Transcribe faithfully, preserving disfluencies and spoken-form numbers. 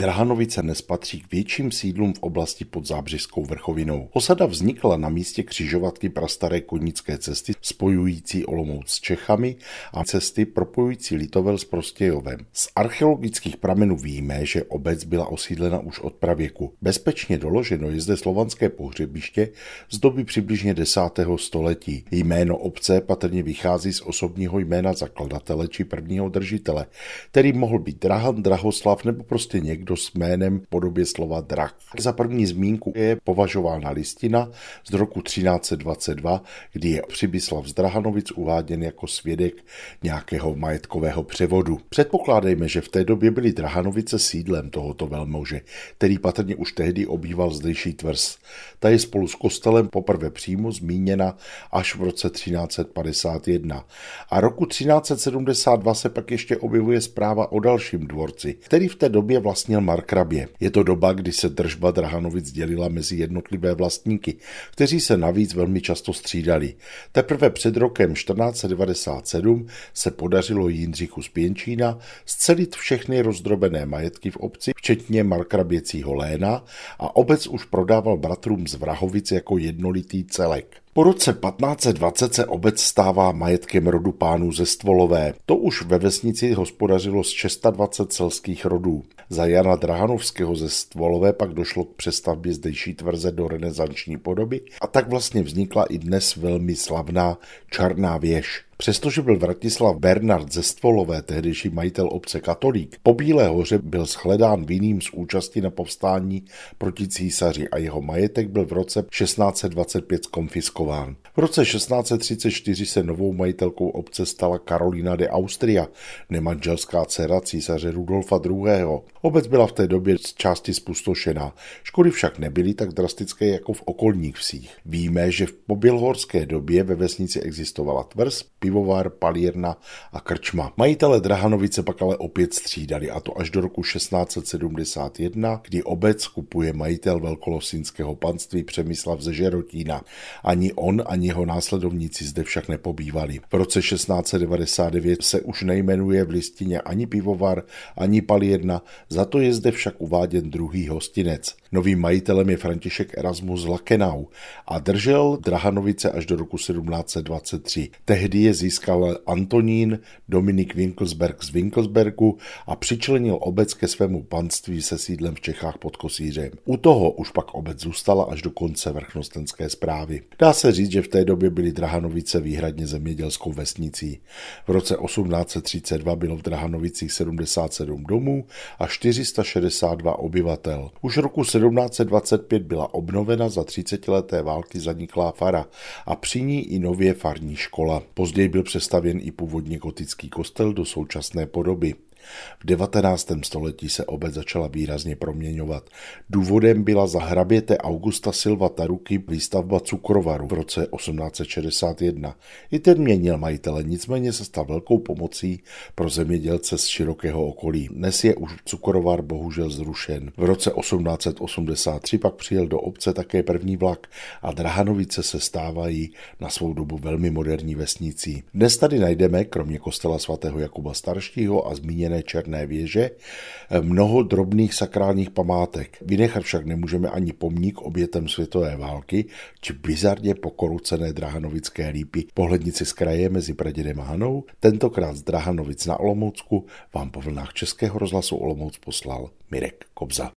Drahanovice nespatří k větším sídlům v oblasti pod Zábřehskou vrchovinou. Osada vznikla na místě křižovatky prastaré konícké cesty spojující Olomouc s Čechami a cesty propojující Litovel s Prostějovem. Z archeologických pramenů víme, že obec byla osídlena už od pravěku. Bezpečně doloženo je zde slovanské pohřebiště z doby přibližně desátého století. Jméno obce patrně vychází z osobního jména zakladatele či prvního držitele, který mohl být Drahan, Drahoslav nebo prostě někdo s jménem v podobě slova Drah. Za první zmínku je považována listina z roku třináct set dvacet dva, kdy je Přibyslav z Drahanovic uváděn jako svědek nějakého majetkového převodu. Předpokládejme, že v té době byly Drahanovice sídlem tohoto velmože, který patrně už tehdy obýval zdejší tvrz. Ta je spolu s kostelem poprvé přímo zmíněna až v roce třináct set padesát jedna. A roku třináct set sedmdesát dva se pak ještě objevuje zpráva o dalším dvorci, který v té době vlastnil markrabě. Je to doba, kdy se držba Drahanovic dělila mezi jednotlivé vlastníky, kteří se navíc velmi často střídali. Teprve před rokem čtrnáct set devadesát sedm se podařilo Jindřichu z Pěnčína scelit všechny rozdrobené majetky v obci, včetně markraběcího léna, a obec už prodával bratrům z Vrahovic jako jednolitý celek. Po roce patnáct set dvacet se obec stává majetkem rodu pánů ze Stvolové. To už ve vesnici hospodařilo z dvacet šest selských rodů. Za Jana Drahanovského ze Stvolové pak došlo k přestavbě zdejší tvrze do renesanční podoby a tak vlastně vznikla i dnes velmi slavná Čarná věž. Přestože byl Vratislav Bernard ze Stvolové, tehdejší majitel obce katolík, po Bílé hoře byl shledán vinným z účasti na povstání proti císaři a jeho majetek byl v roce šestnáct set dvacet pět konfiskován. V roce šestnáct set třicet čtyři se novou majitelkou obce stala Karolína de Austria, nemanželská dcera císaře Rudolfa druhého. Obec byla v té době z části zpustošená. Škody však nebyly tak drastické jako v okolních vsích. Víme, že v pobělhorské době ve vesnici existovala tvrz, pivovar, palírna a krčma. Majitele Drahanovice pak ale opět střídali, a to až do roku šestnáct set sedmdesát jedna, kdy obec kupuje majitel velkolosínského panství Přemyslav ze Žerotína. Ani on, ani jeho následovníci zde však nepobývali. V roce šestnáct set devadesát devět se už nejmenuje v listině ani pivovar, ani palírna, za to je zde však uváděn druhý hostinec. Novým majitelem je František Erasmus z Lakenau a držel Drahanovice až do roku sedmnáct set dvacet tři. Tehdy je získal Antonín Dominik Winkelsberg z Winkelsbergu a přičlenil obec ke svému panství se sídlem v Čechách pod Kosířem. U toho už pak obec zůstala až do konce vrchnostenské správy. Dá se říct, že v té době byly Drahanovice výhradně zemědělskou vesnicí. V roce osmnáct set třicet dva bylo v Drahanovicích sedmdesát sedm domů a čtyři sta šedesát dva obyvatel. Už roku sedmnáct set dvacet pět byla obnovena za třicetileté války zaniklá fara a při ní i nově farní škola. Později byl přestavěn i původně gotický kostel do současné podoby. V devatenáctém století se obec začala výrazně proměňovat. Důvodem byla za hraběte Augusta Silva Taruky výstavba cukrovaru v roce osmnáct set šedesát jedna. I ten měnil majitele, nicméně se stal velkou pomocí pro zemědělce z širokého okolí. Dnes je už cukrovar bohužel zrušen. V roce osmnáct set osmdesát tři pak přijel do obce také první vlak a Drahanovice se stávají na svou dobu velmi moderní vesnicí. Dnes tady najdeme, kromě kostela svatého Jakuba Staršího a zmíněné Černé věže, mnoho drobných sakrálních památek. Vynechat však nemůžeme ani pomník obětem světové války či bizarně pokorucené drahanovické lípy. Pohlednici z kraje mezi pradědem a Hanou, tentokrát z Drahanovic na Olomoucku, vám po vlnách Českého rozhlasu Olomouc poslal Mirek Kobza.